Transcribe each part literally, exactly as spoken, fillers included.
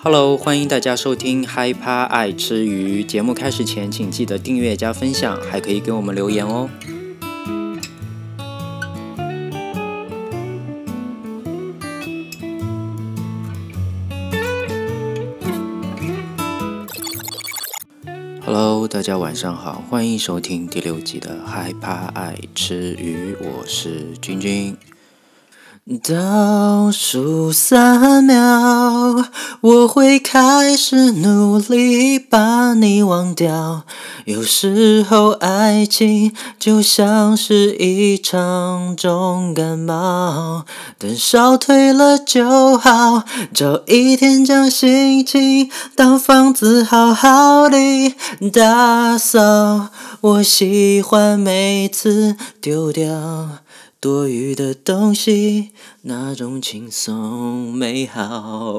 Hello， 欢迎大家收听嗨趴爱吃鱼。节目开始前，请记得订阅加分享，还可以给我们留言哦。Hello， 大家晚上好，欢迎收听第六集的嗨趴爱吃鱼，我是君君。倒数三秒，我会开始努力把你忘掉。有时候爱情就像是一场重感冒，等烧退了就好，找一天将心情当房子好好地打扫。我喜欢每次丢掉多余的东西，那种轻松美好。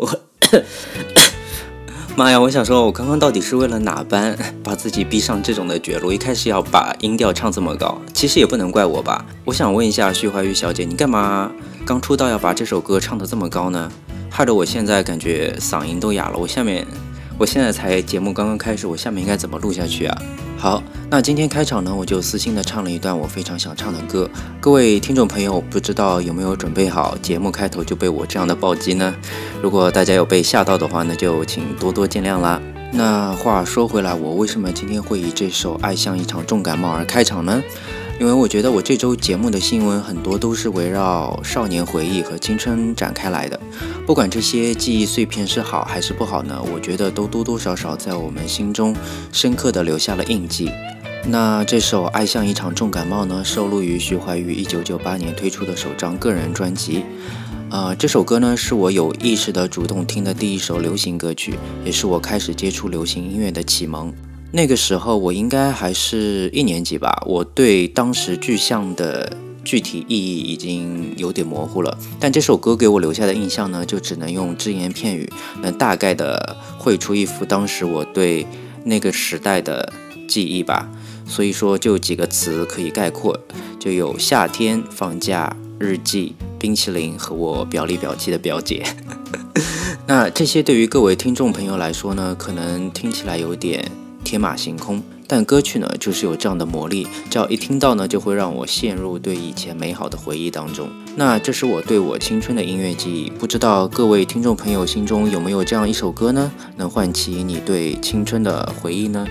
妈呀，我想说我刚刚到底是为了哪般把自己逼上这种的绝路，一开始要把音调唱这么高，其实也不能怪我吧。我想问一下徐怀钰小姐，你干嘛刚出道要把这首歌唱得这么高呢？害得我现在感觉嗓音都哑了，我下面我现在才节目刚刚开始，我下面应该怎么录下去啊？好，那今天开场呢，我就私心的唱了一段我非常想唱的歌。各位听众朋友，不知道有没有准备好，节目开头就被我这样的暴击呢？如果大家有被吓到的话呢，就请多多见谅啦。那话说回来，我为什么今天会以这首《爱像一场重感冒》而开场呢？因为我觉得我这周节目的新闻很多都是围绕少年回忆和青春展开来的，不管这些记忆碎片是好还是不好呢，我觉得都多多少少在我们心中深刻的留下了印记。那这首《爱像一场重感冒》呢，收录于徐怀钰一九九八年推出的首张个人专辑。呃，这首歌呢，是我有意识的主动听的第一首流行歌曲，也是我开始接触流行音乐的启蒙。那个时候我应该还是一年级吧，我对当时具象的具体意义已经有点模糊了，但这首歌给我留下的印象呢，就只能用只言片语能大概的绘出一幅当时我对那个时代的记忆吧。所以说就几个词可以概括，就有夏天、放假、日记、冰淇淋和我表里表气的表姐。那这些对于各位听众朋友来说呢，可能听起来有点天马行空，但歌曲呢就是有这样的魔力，只要一听到呢，就会让我陷入对以前美好的回忆当中。那这是我对我青春的音乐记忆，不知道各位听众朋友心中有没有这样一首歌呢，能唤起你对青春的回忆呢？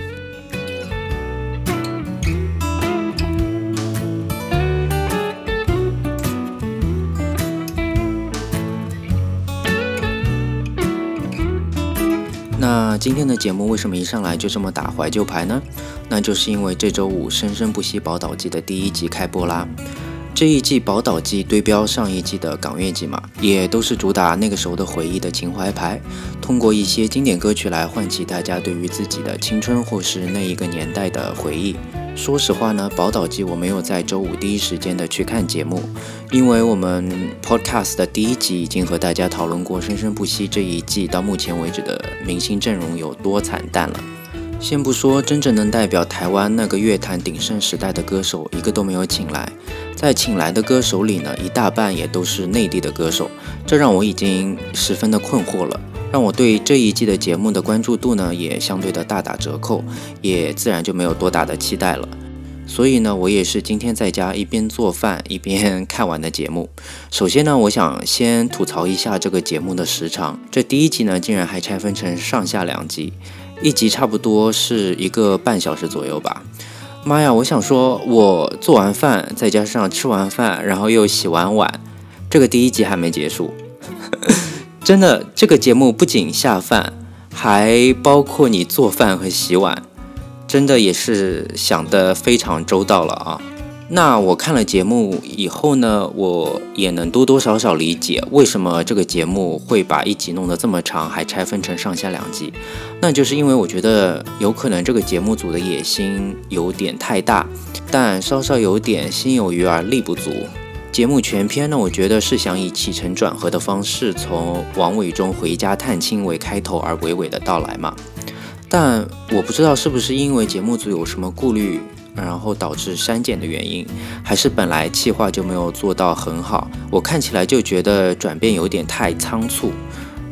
那今天的节目为什么一上来就这么打怀旧牌呢？那就是因为这周五《生生不息宝岛季》的第一集开播啦。这一季宝岛季对标上一季的港乐季嘛，也都是主打那个时候的回忆的情怀牌，通过一些经典歌曲来唤起大家对于自己的青春或是那一个年代的回忆。说实话呢，宝岛季我没有在周五第一时间的去看节目，因为我们 podcast 的第一集已经和大家讨论过生生不息这一季到目前为止的明星阵容有多惨淡了。先不说真正能代表台湾那个乐坛鼎盛时代的歌手一个都没有请来，在请来的歌手里呢，一大半也都是内地的歌手，这让我已经十分的困惑了，让我对这一季的节目的关注度呢也相对的大打折扣，也自然就没有多大的期待了。所以呢，我也是今天在家一边做饭一边看完的节目。首先呢，我想先吐槽一下这个节目的时长，这第一集呢竟然还拆分成上下两集，一集差不多是一个半小时左右吧。妈呀，我想说我做完饭再加上吃完饭然后又洗完碗，这个第一集还没结束。真的，这个节目不仅下饭，还包括你做饭和洗碗，真的也是想得非常周到了啊。那我看了节目以后呢，我也能多多少少理解为什么这个节目会把一集弄得这么长，还拆分成上下两集。那就是因为我觉得有可能这个节目组的野心有点太大，但稍稍有点心有余而力不足。节目全篇呢，我觉得是想以起承转合的方式，从王伟忠回家探亲为开头而娓娓的道来嘛。但我不知道是不是因为节目组有什么顾虑，然后导致删减的原因，还是本来企划就没有做到很好，我看起来就觉得转变有点太仓促，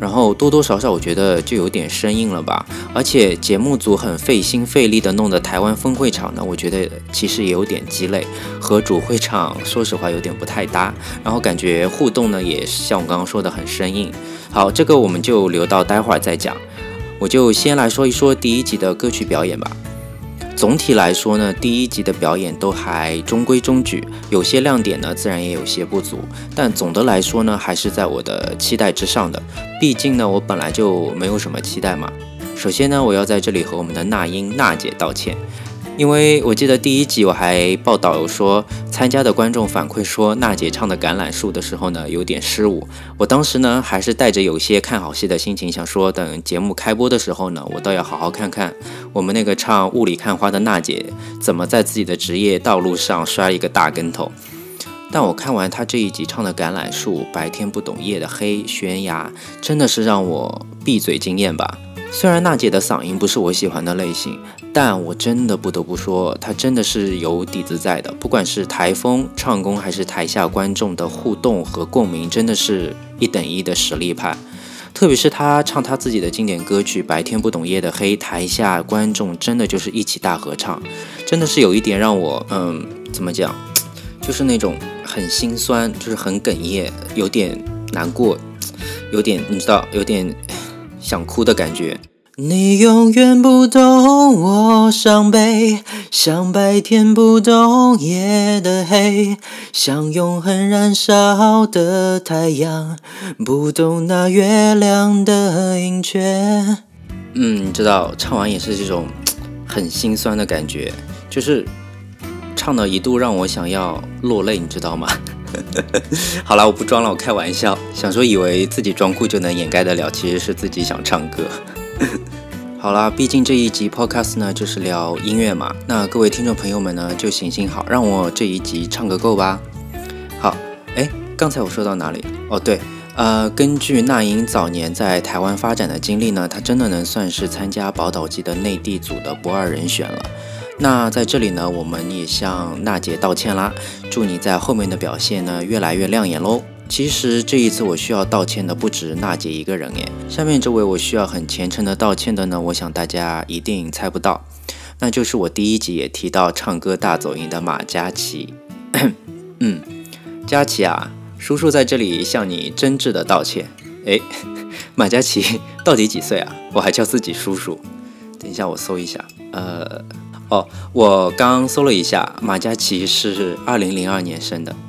然后多多少少我觉得就有点生硬了吧。而且节目组很费心费力的弄的台湾分会场呢，我觉得其实也有点鸡肋，和主会场说实话有点不太搭。然后感觉互动呢也像我刚刚说的很生硬。好，这个我们就留到待会儿再讲。我就先来说一说第一集的歌曲表演吧。总体来说呢，第一集的表演都还中规中矩，有些亮点呢自然也有些不足，但总的来说呢还是在我的期待之上的。毕竟呢我本来就没有什么期待嘛。首先呢，我要在这里和我们的那英娜姐道歉，因为我记得第一集我还报道有说，参加的观众反馈说娜姐唱的橄榄树的时候呢有点失误。我当时呢还是带着有些看好戏的心情，想说等节目开播的时候呢，我倒要好好看看我们那个唱雾里看花的娜姐怎么在自己的职业道路上摔一个大跟头。但我看完她这一集唱的橄榄树、白天不懂夜的黑、悬崖，真的是让我闭嘴惊艳吧。虽然娜姐的嗓音不是我喜欢的类型，但我真的不得不说，她真的是有底子在的。不管是台风、唱功，还是台下观众的互动和共鸣，真的是一等一的实力派。特别是她唱她自己的经典歌曲《白天不懂夜的黑》，台下观众真的就是一起大合唱，真的是有一点让我，嗯，怎么讲，就是那种很心酸，就是很哽咽，有点难过，有点你知道，有点想哭的感觉。你永远不懂我伤悲，像白天不懂夜的黑，像永恒燃烧的太阳，不懂那月亮的盈缺。嗯，你知道，唱完也是这种很心酸的感觉，就是唱的一度让我想要落泪，你知道吗？好了，我不装了，我开玩笑，想说以为自己装酷就能掩盖得了，其实是自己想唱歌。好啦，毕竟这一集 podcast 呢就是聊音乐嘛，那各位听众朋友们呢就行行好，让我这一集唱个够吧。好，哎，刚才我说到哪里？哦，对，呃，根据那英早年在台湾发展的经历呢，她真的能算是参加宝岛季的内地组的不二人选了。那在这里呢，我们也向娜姐道歉啦，祝你在后面的表现呢越来越亮眼喽。其实这一次我需要道歉的不止娜姐一个人耶，下面这位我需要很虔诚的道歉的呢，我想大家一定猜不到，那就是我第一集也提到唱歌大走音的马嘉祺。嗯，嘉祺啊，叔叔在这里向你真挚的道歉。诶，马嘉祺到底几岁啊？我还叫自己叔叔。等一下我搜一下，呃，哦，我刚搜了一下，马嘉祺是二零零二年生的。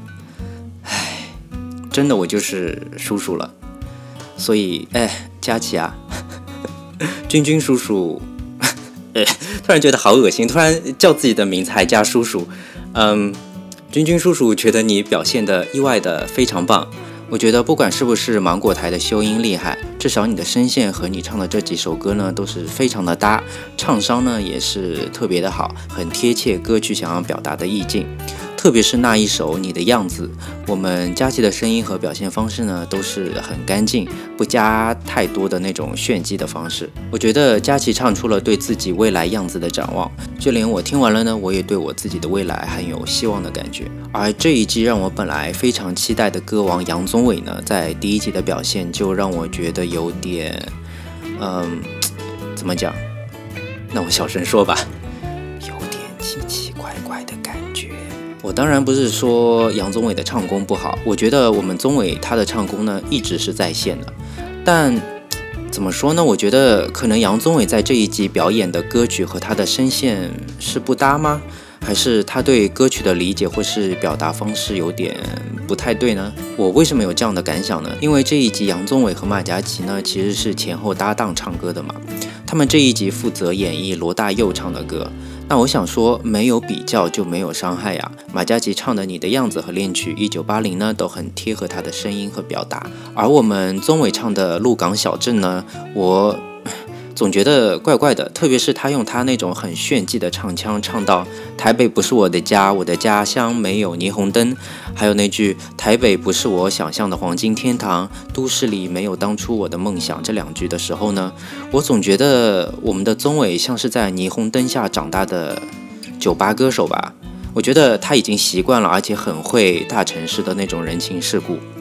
真的我就是叔叔了，所以哎，嘉祺啊，君君叔叔，哎，突然觉得好恶心，突然叫自己的名字还加叔叔，嗯，君君叔叔觉得你表现的意外的非常棒，我觉得不管是不是芒果台的修音厉害，至少你的声线和你唱的这几首歌呢都是非常的搭，唱商呢也是特别的好，很贴切歌曲想要表达的意境。特别是那一首你的样子，我们嘉祺的声音和表现方式呢都是很干净，不加太多的那种炫技的方式。我觉得嘉祺唱出了对自己未来样子的展望，就连我听完了呢，我也对我自己的未来很有希望的感觉。而这一季让我本来非常期待的歌王杨宗纬呢，在第一季的表现就让我觉得有点，嗯，怎么讲？那我小声说吧，有点奇奇怪怪的感觉。我当然不是说杨宗纬的唱功不好，我觉得我们宗纬他的唱功呢一直是在线的，但怎么说呢？我觉得可能杨宗纬在这一集表演的歌曲和他的声线是不搭吗？还是他对歌曲的理解或是表达方式有点不太对呢？我为什么有这样的感想呢？因为这一集杨宗纬和马嘉祺呢其实是前后搭档唱歌的嘛，他们这一集负责演绎罗大佑唱的歌。那我想说，没有比较就没有伤害呀。马嘉祺唱的《你的样子》和恋曲《一九八零》呢，都很贴合他的声音和表达。而我们宗纬唱的《鹿港小镇》呢，我总觉得怪怪的，特别是他用他那种很炫技的唱腔唱到台北不是我的家，我的家乡没有霓虹灯，还有那句台北不是我想象的黄金天堂，都市里没有当初我的梦想，这两句的时候呢，我总觉得我们的宗纬像是在霓虹灯下长大的酒吧歌手吧。我觉得他已经习惯了，而且很会大城市的那种人情世故。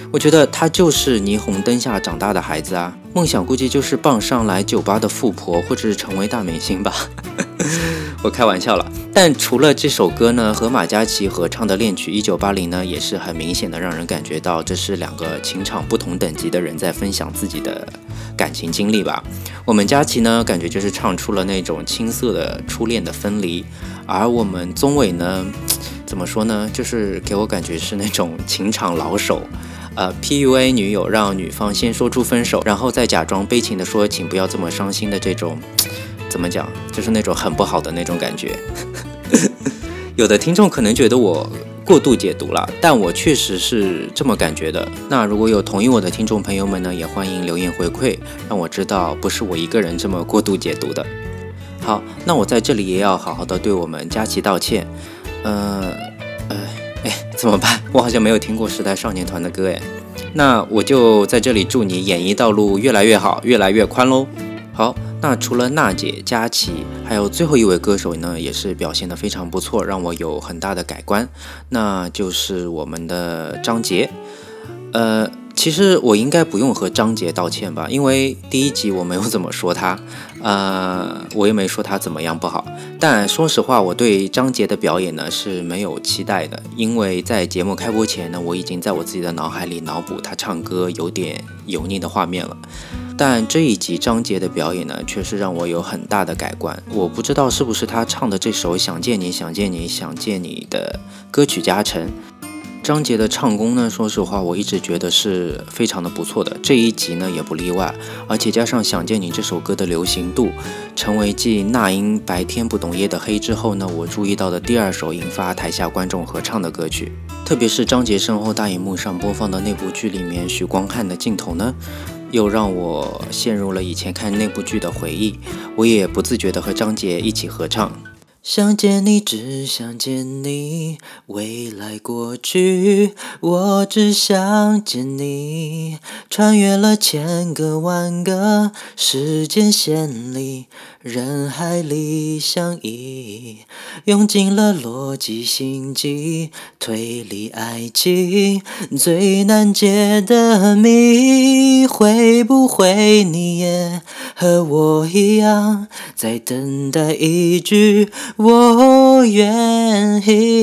我觉得他就是霓虹灯下长大的孩子啊，梦想估计就是傍上来酒吧的富婆，或者是成为大明星吧。我开玩笑了。但除了这首歌呢，和马嘉祺合唱的恋曲一九八零呢，也是很明显的让人感觉到这是两个情场不同等级的人在分享自己的感情经历吧。我们嘉祺呢，感觉就是唱出了那种青涩的初恋的分离，而我们宗纬呢，怎么说呢，就是给我感觉是那种情场老手，呃 P U A 女友，让女方先说出分手，然后再假装悲情的说请不要这么伤心的这种，怎么讲，就是那种很不好的那种感觉。有的听众可能觉得我过度解读了，但我确实是这么感觉的。那如果有同意我的听众朋友们呢，也欢迎留言回馈，让我知道不是我一个人这么过度解读的。好，那我在这里也要好好的对我们嘉祺道歉。呃呃，哎，怎么办？我好像没有听过时代少年团的歌哎。那我就在这里祝你演艺道路越来越好，越来越宽喽。好，那除了娜姐、嘉祺，还有最后一位歌手呢，也是表现得非常不错，让我有很大的改观，那就是我们的张杰。呃，其实我应该不用和张杰道歉吧，因为第一集我没有怎么说他，呃，我也没说他怎么样不好。但说实话，我对张杰的表演呢是没有期待的，因为在节目开播前呢，我已经在我自己的脑海里脑补他唱歌有点油腻的画面了。但这一集张杰的表演呢，却是让我有很大的改观。我不知道是不是他唱的这首《想见你想见你想见你》的歌曲加成。张杰的唱功呢，说实话我一直觉得是非常的不错的，这一集呢也不例外。而且加上《想见你》这首歌的流行度，成为继那英白天不懂夜的黑之后呢，我注意到的第二首引发台下观众合唱的歌曲。特别是张杰身后大荧幕上播放的那部剧里面许光汉的镜头呢，又让我陷入了以前看那部剧的回忆，我也不自觉地和张杰一起合唱。想见你，只想见你，未来过去，我只想见你，穿越了千个万个时间线里，人海里相依，用尽了逻辑心机，推理爱情最难解的谜，会不会你也和我一样，在等待一句我愿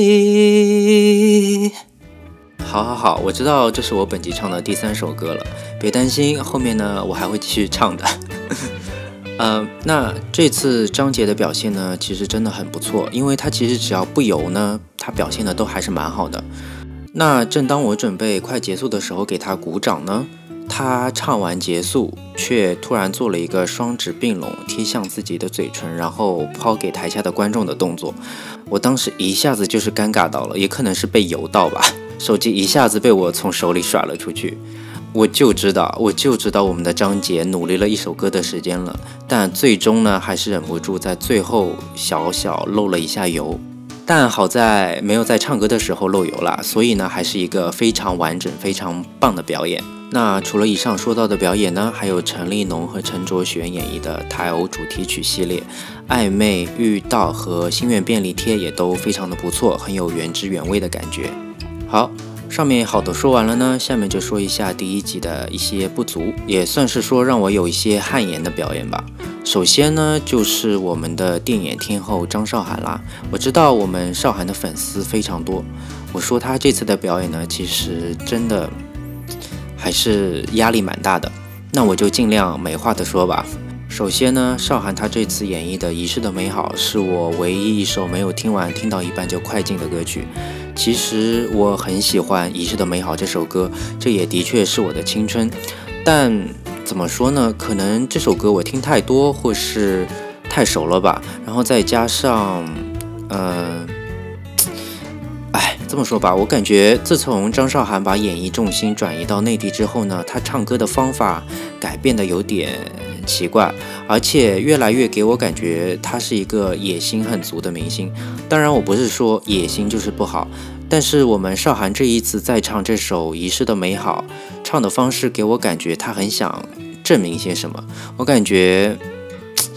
意。好好好，我知道这是我本集唱的第三首歌了，别担心，后面呢我还会继续唱的。呃，那这次张杰的表现呢，其实真的很不错，因为他其实只要不油呢，他表现的都还是蛮好的。那正当我准备快结束的时候给他鼓掌呢，他唱完结束，却突然做了一个双指并拢贴向自己的嘴唇，然后抛给台下的观众的动作。我当时一下子就是尴尬到了，也可能是被油到吧，手机一下子被我从手里甩了出去。我就知道，我就知道我们的张杰努力了一首歌的时间了，但最终呢，还是忍不住在最后小小漏了一下油。但好在没有在唱歌的时候漏油了，所以呢，还是一个非常完整、非常棒的表演。那除了以上说到的表演呢，还有陈立农和陈卓璇演绎的台偶主题曲系列，暧昧、遇到和心愿便利贴也都非常的不错，很有原汁原味的感觉。好，上面好的说完了呢，下面就说一下第一集的一些不足，也算是说让我有一些汗颜的表演吧。首先呢，就是我们的电眼天后张韶涵啦。我知道我们韶涵的粉丝非常多，我说她这次的表演呢，其实真的还是压力蛮大的。那我就尽量美化的说吧。首先呢，韶涵她这次演绎的《遗失的美好》是我唯一一首没有听完听到一半就快进的歌曲。其实我很喜欢《遗失的美好》这首歌，这也的确是我的青春。但怎么说呢？可能这首歌我听太多，或是太熟了吧。然后再加上，呃，哎，这么说吧，我感觉自从张韶涵把演艺重心转移到内地之后呢，她唱歌的方法改变的有点奇怪，而且越来越给我感觉她是一个野心很足的明星。当然，我不是说野心就是不好。但是我们韶涵这一次在唱这首《遗失的美好》，唱的方式给我感觉他很想证明些什么。我感觉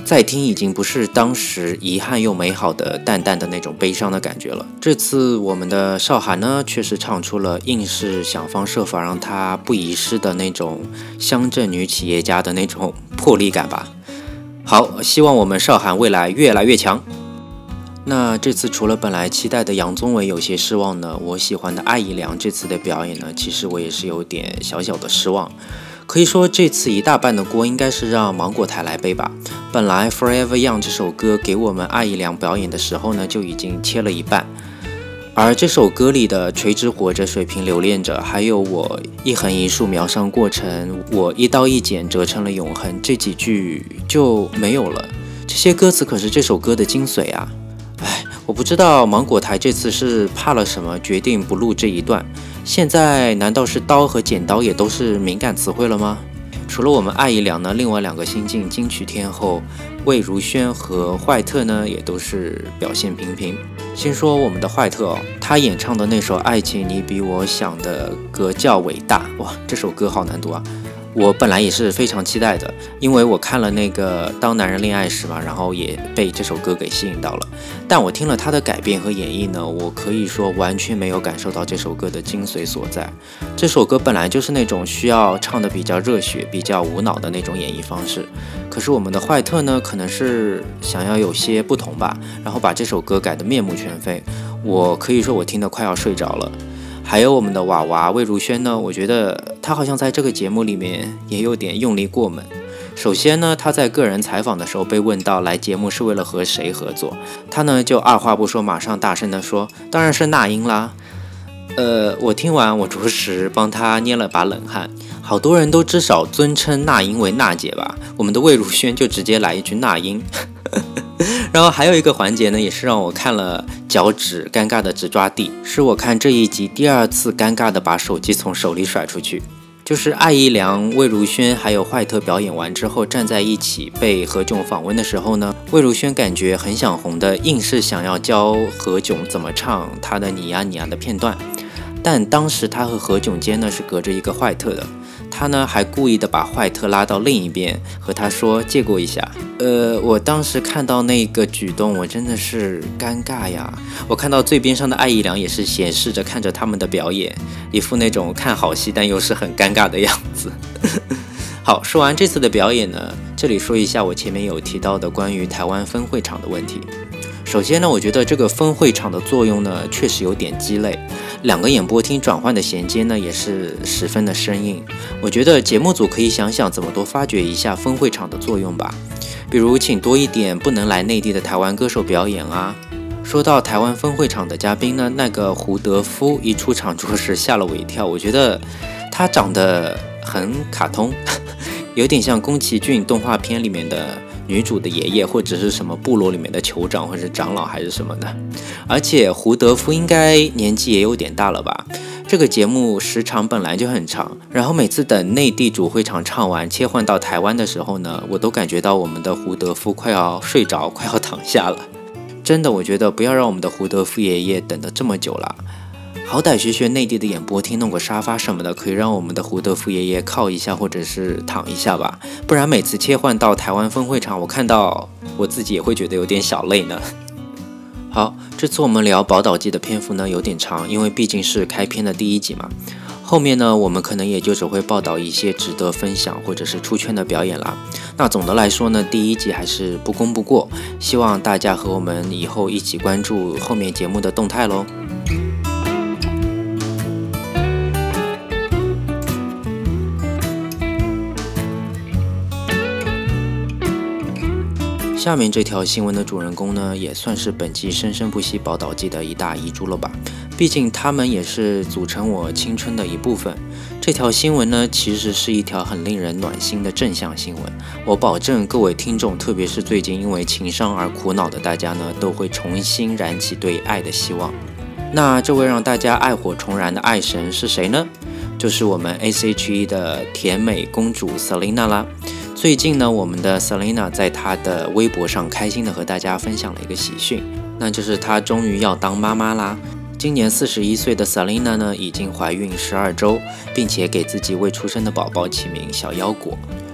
再听已经不是当时遗憾又美好的淡淡的那种悲伤的感觉了。这次我们的韶涵呢，却是唱出了硬是想方设法让她不遗失的那种乡镇女企业家的那种魄力感吧。好，希望我们韶涵未来越来越强。那这次除了本来期待的杨宗纬有些失望呢，我喜欢的艾怡良这次的表演呢，其实我也是有点小小的失望。可以说这次一大半的锅应该是让芒果台来背吧。本来 Forever Young 这首歌给我们艾怡良表演的时候呢，就已经切了一半，而这首歌里的垂直活着，水平留恋着，还有我一横一竖描上过程，我一刀一剪折成了永恒，这几句就没有了。这些歌词可是这首歌的精髓啊。唉，我不知道芒果台这次是怕了什么，决定不录这一段。现在难道是刀和剪刀也都是敏感词汇了吗？除了我们艾怡良呢，另外两个新晋金曲天后魏如萱和坏特呢，也都是表现平平。先说我们的坏特哦，她演唱的那首《爱情你比我想的歌叫伟大》，哇，这首歌好难读啊！我本来也是非常期待的，因为我看了那个《当男人恋爱时》嘛，然后也被这首歌给吸引到了。但我听了他的改编和演绎呢，我可以说完全没有感受到这首歌的精髓所在。这首歌本来就是那种需要唱的比较热血、比较无脑的那种演绎方式，可是我们的坏特呢，可能是想要有些不同吧，然后把这首歌改得面目全非。我可以说我听得快要睡着了。还有我们的娃娃魏如萱呢，我觉得她好像在这个节目里面也有点用力过猛。首先呢，她在个人采访的时候被问到来节目是为了和谁合作，她呢就二话不说，马上大声地说当然是那英啦。呃，我听完我着实帮她捏了把冷汗。好多人都至少尊称那英为娜姐吧，我们的魏如萱就直接来一句那英。然后还有一个环节呢，也是让我看了脚趾尴尬的直抓地，是我看这一集第二次尴尬的把手机从手里甩出去。就是艾怡良、魏如萱还有坏特表演完之后站在一起被何炅访问的时候呢，魏如萱感觉很想红的，硬是想要教何炅怎么唱他的你呀你呀的片段，但当时他和何炅间呢是隔着一个坏特的，他呢还故意的把坏特拉到另一边和他说借过一下。呃，我当时看到那个举动，我真的是尴尬呀。我看到最边上的艾怡良也是斜视着看着他们的表演，一副那种看好戏但又是很尴尬的样子。好，说完这次的表演呢，这里说一下我前面有提到的关于台湾分会场的问题。首先呢，我觉得这个分会场的作用呢，确实有点鸡肋，两个演播厅转换的衔接呢，也是十分的生硬。我觉得节目组可以想想怎么多发掘一下分会场的作用吧，比如请多一点不能来内地的台湾歌手表演啊。说到台湾分会场的嘉宾呢，那个胡德夫一出场着实吓了我一跳，我觉得他长得很卡通，有点像宫崎骏动画片里面的女主的爷爷，或者是什么部落里面的酋长或者是长老还是什么的。而且胡德夫应该年纪也有点大了吧，这个节目时长本来就很长，然后每次等内地主会场唱完切换到台湾的时候呢，我都感觉到我们的胡德夫快要睡着快要躺下了。真的，我觉得不要让我们的胡德夫爷爷等得这么久了，好歹学学内地的演播厅，弄个沙发什么的，可以让我们的胡德夫爷爷靠一下或者是躺一下吧，不然每次切换到台湾分会场，我看到我自己也会觉得有点小累呢。好，这次我们聊宝岛季的篇幅呢有点长，因为毕竟是开篇的第一集嘛，后面呢我们可能也就只会报道一些值得分享或者是出圈的表演啦。那总的来说呢，第一集还是不攻不过，希望大家和我们以后一起关注后面节目的动态咯。下面这条新闻的主人公呢，也算是本季生生不息宝岛季的一大遗珠了吧，毕竟他们也是组成我青春的一部分。这条新闻呢，其实是一条很令人暖心的正向新闻，我保证各位听众，特别是最近因为情伤而苦恼的大家呢，都会重新燃起对爱的希望。那这位让大家爱火重燃的爱神是谁呢？就是我们 S H E 的甜美公主 Selina 啦。最近呢，我们的 Selina 在她的微博上开心的和大家分享了一个喜讯，那就是她终于要当妈妈啦。今年四十一岁的 Selina 呢，已经怀孕十二周，并且给自己未出生的宝宝起名小腰果。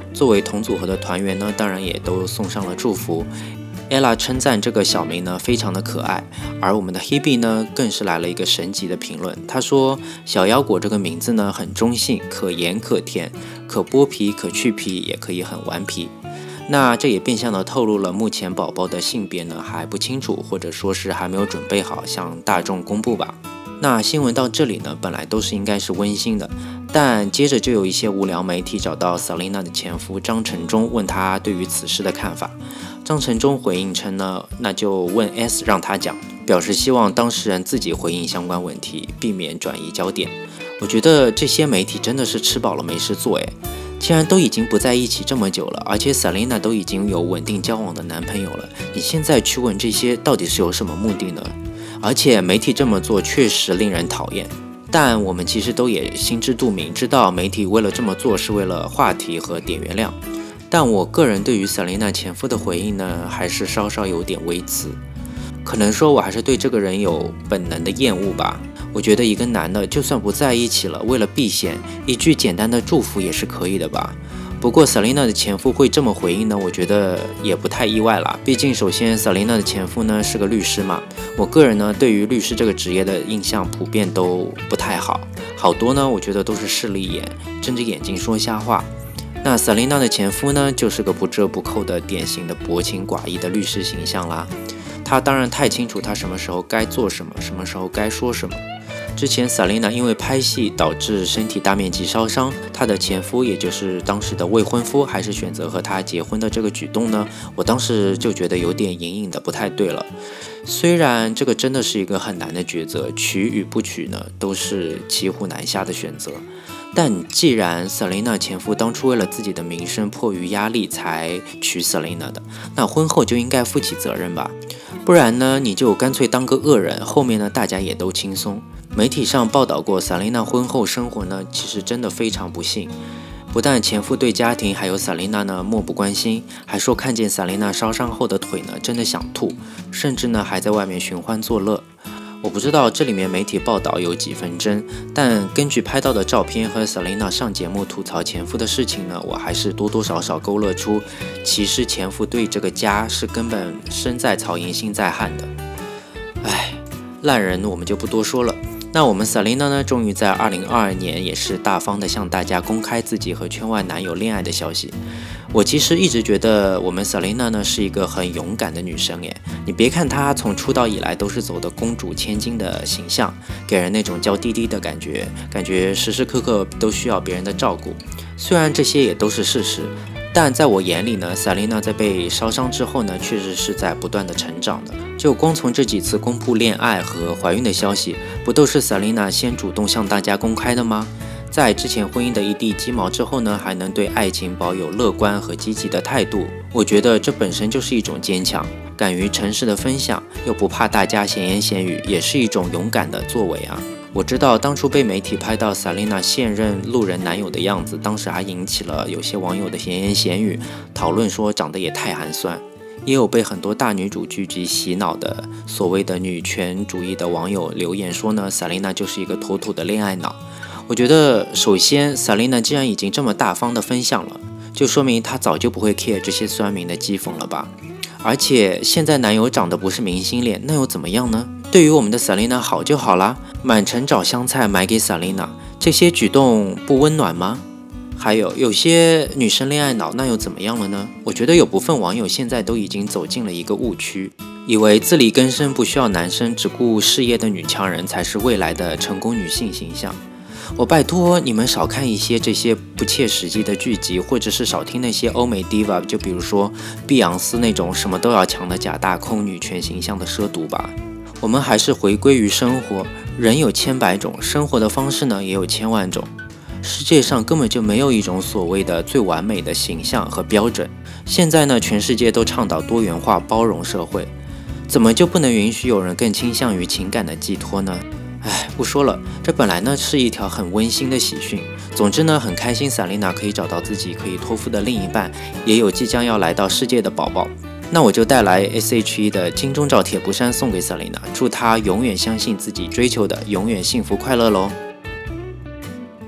作为同组合的团员呢，当然也都送上了祝福。Ella 称赞这个小名呢非常的可爱，而我们的 Hebe 呢更是来了一个神级的评论。他说小腰果这个名字呢很中性，可盐可甜，可剥皮可去皮，也可以很顽皮。那这也变相的透露了目前宝宝的性别呢还不清楚，或者说是还没有准备好向大众公布吧。那新闻到这里呢本来都是应该是温馨的，但接着就有一些无聊媒体找到 Selina 的前夫张承忠，问他对于此事的看法。张承忠回应称呢，那就问 S 让他讲，表示希望当事人自己回应相关问题，避免转移焦点。我觉得这些媒体真的是吃饱了没事做诶，既然都已经不在一起这么久了，而且 Selina 都已经有稳定交往的男朋友了，你现在去问这些到底是有什么目的呢？而且媒体这么做确实令人讨厌，但我们其实都也心知肚明，知道媒体为了这么做是为了话题和点阅量。但我个人对于 Selina 前夫的回应呢，还是稍稍有点微词。可能说我还是对这个人有本能的厌恶吧。我觉得一个男的就算不在一起了，为了避嫌，一句简单的祝福也是可以的吧。不过 Selina 的前夫会这么回应呢，我觉得也不太意外啦。毕竟首先 Selina 的前夫呢是个律师嘛，我个人呢对于律师这个职业的印象普遍都不太好，好多呢我觉得都是势利眼，睁着眼睛说瞎话。那 Selina 的前夫呢就是个不折不扣的典型的薄情寡义的律师形象啦。他当然太清楚他什么时候该做什么，什么时候该说什么。之前 Selina 因为拍戏导致身体大面积烧伤，她的前夫也就是当时的未婚夫还是选择和她结婚的这个举动呢，我当时就觉得有点隐隐的不太对了。虽然这个真的是一个很难的抉择，娶与不娶呢都是骑虎难下的选择，但既然 Selina 前夫当初为了自己的名声迫于压力才娶 Selina 的，那婚后就应该负起责任吧，不然呢你就干脆当个恶人，后面呢大家也都轻松。媒体上报道过 Selina 婚后生活呢其实真的非常不幸，不但前夫对家庭还有 Selina 呢漠不关心，还说看见 Selina 烧伤后的腿呢真的想吐，甚至呢还在外面寻欢作乐。我不知道这里面媒体报道有几分真，但根据拍到的照片和 Selina 上节目吐槽前夫的事情呢，我还是多多少少勾勒出其实前夫对这个家是根本身在曹营心在汉的。唉，烂人我们就不多说了。那我们 Selina 呢，终于在二零二二年也是大方的向大家公开自己和圈外男友恋爱的消息。我其实一直觉得我们 Selina 呢是一个很勇敢的女生耶，你别看她从出道以来都是走的公主千金的形象，给人那种娇滴滴的感觉，感觉时时刻刻都需要别人的照顾。虽然这些也都是事实，但在我眼里呢 Selina 在被烧伤之后呢，确实是在不断的成长的。就光从这几次公布恋爱和怀孕的消息，不都是 Selina 先主动向大家公开的吗？在之前婚姻的一地鸡毛之后呢，还能对爱情保有乐观和积极的态度，我觉得这本身就是一种坚强，敢于诚实的分享，又不怕大家闲言闲语，也是一种勇敢的作为啊。我知道当初被媒体拍到 Selina 现任路人男友的样子，当时还引起了有些网友的闲言闲语，讨论说长得也太寒酸，也有被很多大女主剧集洗脑的所谓的女权主义的网友留言说呢 Selina 就是一个妥妥的恋爱脑。我觉得首先 Selina 既然已经这么大方的分享了，就说明她早就不会 care 这些酸民的讥讽了吧。而且现在男友长得不是明星脸，那又怎么样呢？对于我们的 Selina 好就好啦，满城找香菜买给 Selina， 这些举动不温暖吗？还有有些女生恋爱脑，那又怎么样了呢？我觉得有部分网友现在都已经走进了一个误区，以为自力更生不需要男生，只顾事业的女强人才是未来的成功女性形象。我拜托你们少看一些这些不切实际的剧集，或者是少听那些欧美 diva， 就比如说碧昂斯那种什么都要强的假大空女权形象的奢毒吧。我们还是回归于生活，人有千百种，生活的方式呢也有千万种。世界上根本就没有一种所谓的最完美的形象和标准。现在呢，全世界都倡导多元化包容社会，怎么就不能允许有人更倾向于情感的寄托呢？唉，不说了，这本来呢是一条很温馨的喜讯。总之呢，很开心 Selina 可以找到自己可以托付的另一半，也有即将要来到世界的宝宝。那我就带来 S H E 的金钟罩铁布衫送给 Selina， 祝她永远相信自己追求的，永远幸福快乐咯。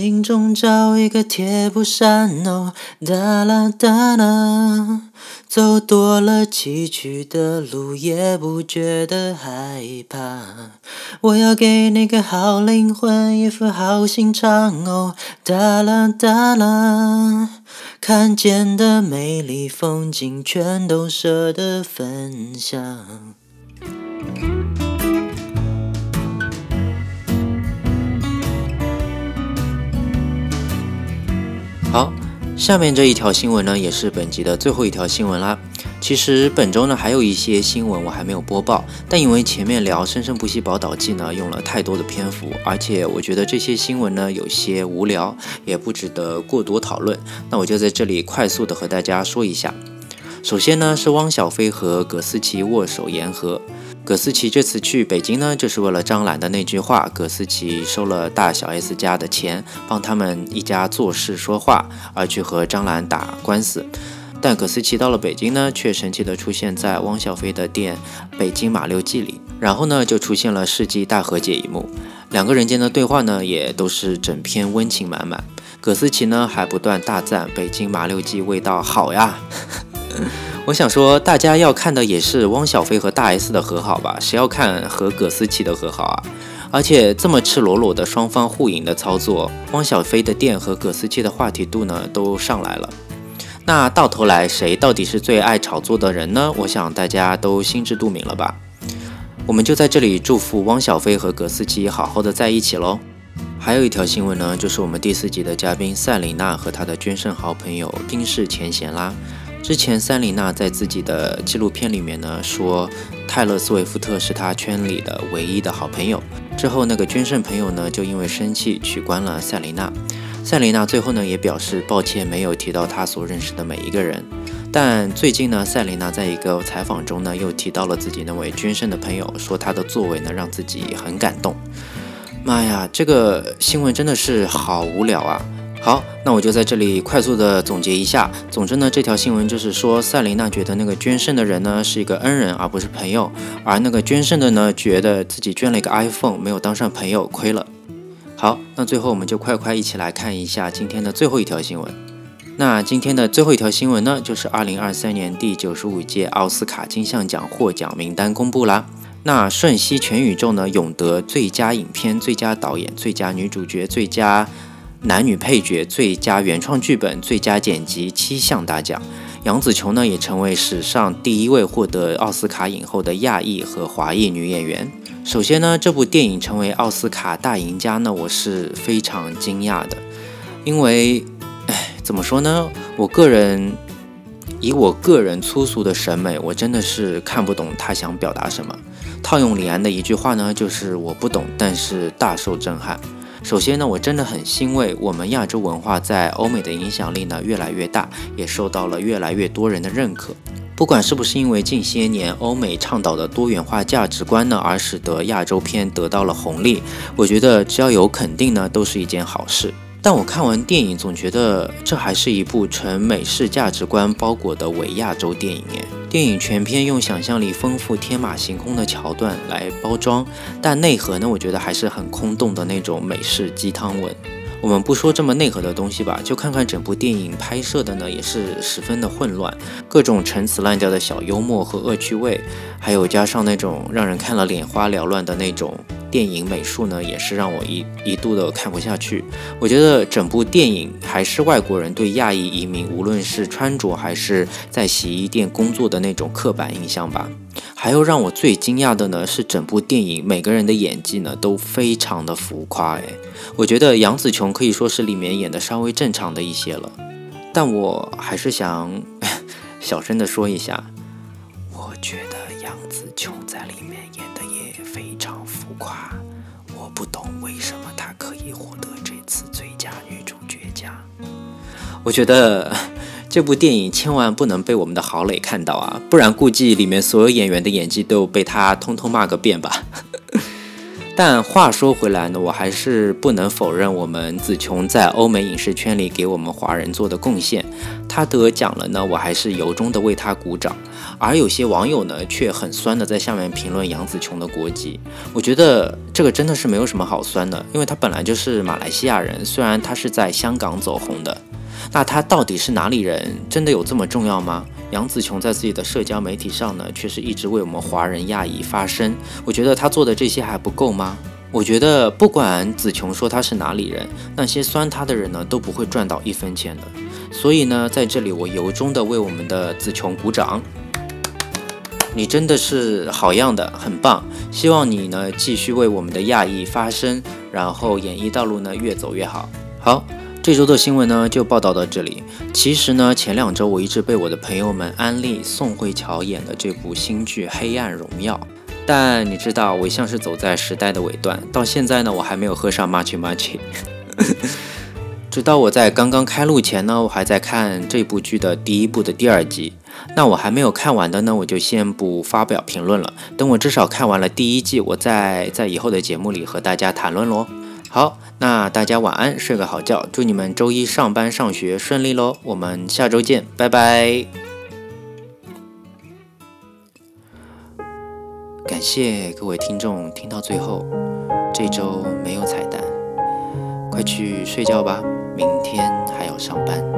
林中找一个铁布衫哦，哒啦哒啦，走多了崎岖的路也不觉得害怕。我要给那个好灵魂一副好心肠哦，哒啦哒啦，看见的美丽风景全都舍得分享。好，下面这一条新闻呢，也是本集的最后一条新闻啦。其实本周呢还有一些新闻我还没有播报，但因为前面聊生生不息宝岛记呢用了太多的篇幅，而且我觉得这些新闻呢有些无聊，也不值得过多讨论，那我就在这里快速的和大家说一下。首先呢是汪小菲和葛思琪握手言和。葛思琪这次去北京呢，就是为了张兰的那句话，葛思琪收了大小 S 家的钱，帮他们一家做事说话，而去和张兰打官司。但葛思琪到了北京呢，却神奇的出现在汪小菲的店北京马六记里，然后呢就出现了世纪大和解一幕，两个人间的对话呢也都是整篇温情满满。葛思琪呢还不断大赞北京马六记味道好呀。我想说，大家要看的也是汪小菲和大 S 的和好吧，谁要看和葛思琪的和好啊？而且这么赤裸裸的双方互赢的操作，汪小菲的店和葛思琪的话题度呢都上来了。那到头来谁到底是最爱炒作的人呢？我想大家都心知肚明了吧。我们就在这里祝福汪小菲和葛思琪好好的在一起咯。还有一条新闻呢，就是我们第四集的嘉宾赛琳娜和她的捐肾好朋友冰释前嫌啦。之前赛琳娜在自己的纪录片里面呢说，泰勒·斯威夫特是她圈里的唯一的好朋友。之后那个捐肾朋友呢就因为生气取关了赛琳娜。赛琳娜最后呢也表示抱歉，没有提到她所认识的每一个人。但最近呢，赛琳娜在一个采访中呢又提到了自己那位捐肾的朋友，说他的作为呢让自己很感动。妈呀，这个新闻真的是好无聊啊。好，那我就在这里快速的总结一下。总之呢，这条新闻就是说，赛琳娜觉得那个捐肾的人呢是一个恩人，而不是朋友，而那个捐肾的呢觉得自己捐了一个 iPhone， 没有当上朋友，亏了。好，那最后我们就快快一起来看一下今天的最后一条新闻。那今天的最后一条新闻呢，就是二零二三年第九十五届奥斯卡金像奖获奖名单公布啦。那瞬息全宇宙呢，勇得最佳影片、最佳导演、最佳女主角、最佳男女配角、最佳原创剧本、最佳剪辑七项大奖。杨紫琼呢也成为史上第一位获得奥斯卡影后的亚裔和华裔女演员。首先呢，这部电影成为奥斯卡大赢家呢，我是非常惊讶的，因为，哎，怎么说呢？我个人以我个人粗俗的审美，我真的是看不懂他想表达什么。套用李安的一句话呢，就是我不懂，但是大受震撼。首先呢，我真的很欣慰，我们亚洲文化在欧美的影响力呢越来越大，也受到了越来越多人的认可。不管是不是因为近些年欧美倡导的多元化价值观呢，而使得亚洲片得到了红利，我觉得只要有肯定呢，都是一件好事。但我看完电影，总觉得这还是一部纯美式价值观包裹的伪亚洲电影耶。电影全篇用想象力丰富、天马行空的桥段来包装，但内核呢，我觉得还是很空洞的那种美式鸡汤文。我们不说这么内核的东西吧，就看看整部电影拍摄的呢，也是十分的混乱，各种陈词滥调的小幽默和恶趣味，还有加上那种让人看了眼花缭乱的那种电影美术呢，也是让我一一度的看不下去。我觉得整部电影还是外国人对亚裔移民，无论是穿着还是在洗衣店工作的那种刻板印象吧。还有让我最惊讶的呢，是整部电影每个人的演技呢都非常的浮夸诶。我觉得杨紫琼可以说是里面演的稍微正常的一些了，但我还是想小声的说一下，我觉得杨紫琼在里面演的也非常浮夸，我不懂为什么她可以获得这次最佳女主角奖。我觉得这部电影千万不能被我们的郝蕾看到啊，不然估计里面所有演员的演技都被他通通骂个遍吧。 但话说回来呢，我还是不能否认我们子琼在欧美影视圈里给我们华人做的贡献。他得奖了呢，我还是由衷的为他鼓掌。而有些网友呢，却很酸的在下面评论杨紫琼的国籍。我觉得这个真的是没有什么好酸的，因为他本来就是马来西亚人，虽然他是在香港走红的。那他到底是哪里人？真的有这么重要吗？杨紫琼在自己的社交媒体上呢，却是一直为我们华人亚裔发声。我觉得他做的这些还不够吗？我觉得不管紫琼说他是哪里人，那些酸他的人呢，都不会赚到一分钱的。所以呢，在这里我由衷的为我们的紫琼鼓掌。你真的是好样的，很棒！希望你呢继续为我们的亚裔发声，然后演艺道路呢越走越好。好。这周的新闻呢就报道到这里。其实呢，前两周我一直被我的朋友们安利宋慧乔演的这部新剧《黑暗荣耀》，但你知道，我一向是走在时代的尾端，到现在呢，我还没有喝上 Machi Machi。直到我在刚刚开录前呢，我还在看这部剧的第一部的第二集。那我还没有看完的呢，我就先不发表评论了。等我至少看完了第一季，我再在以后的节目里和大家谈论咯。好，那大家晚安，睡个好觉，祝你们周一上班上学顺利咯，我们下周见，拜拜。感谢各位听众听到最后，这周没有彩蛋，快去睡觉吧，明天还要上班。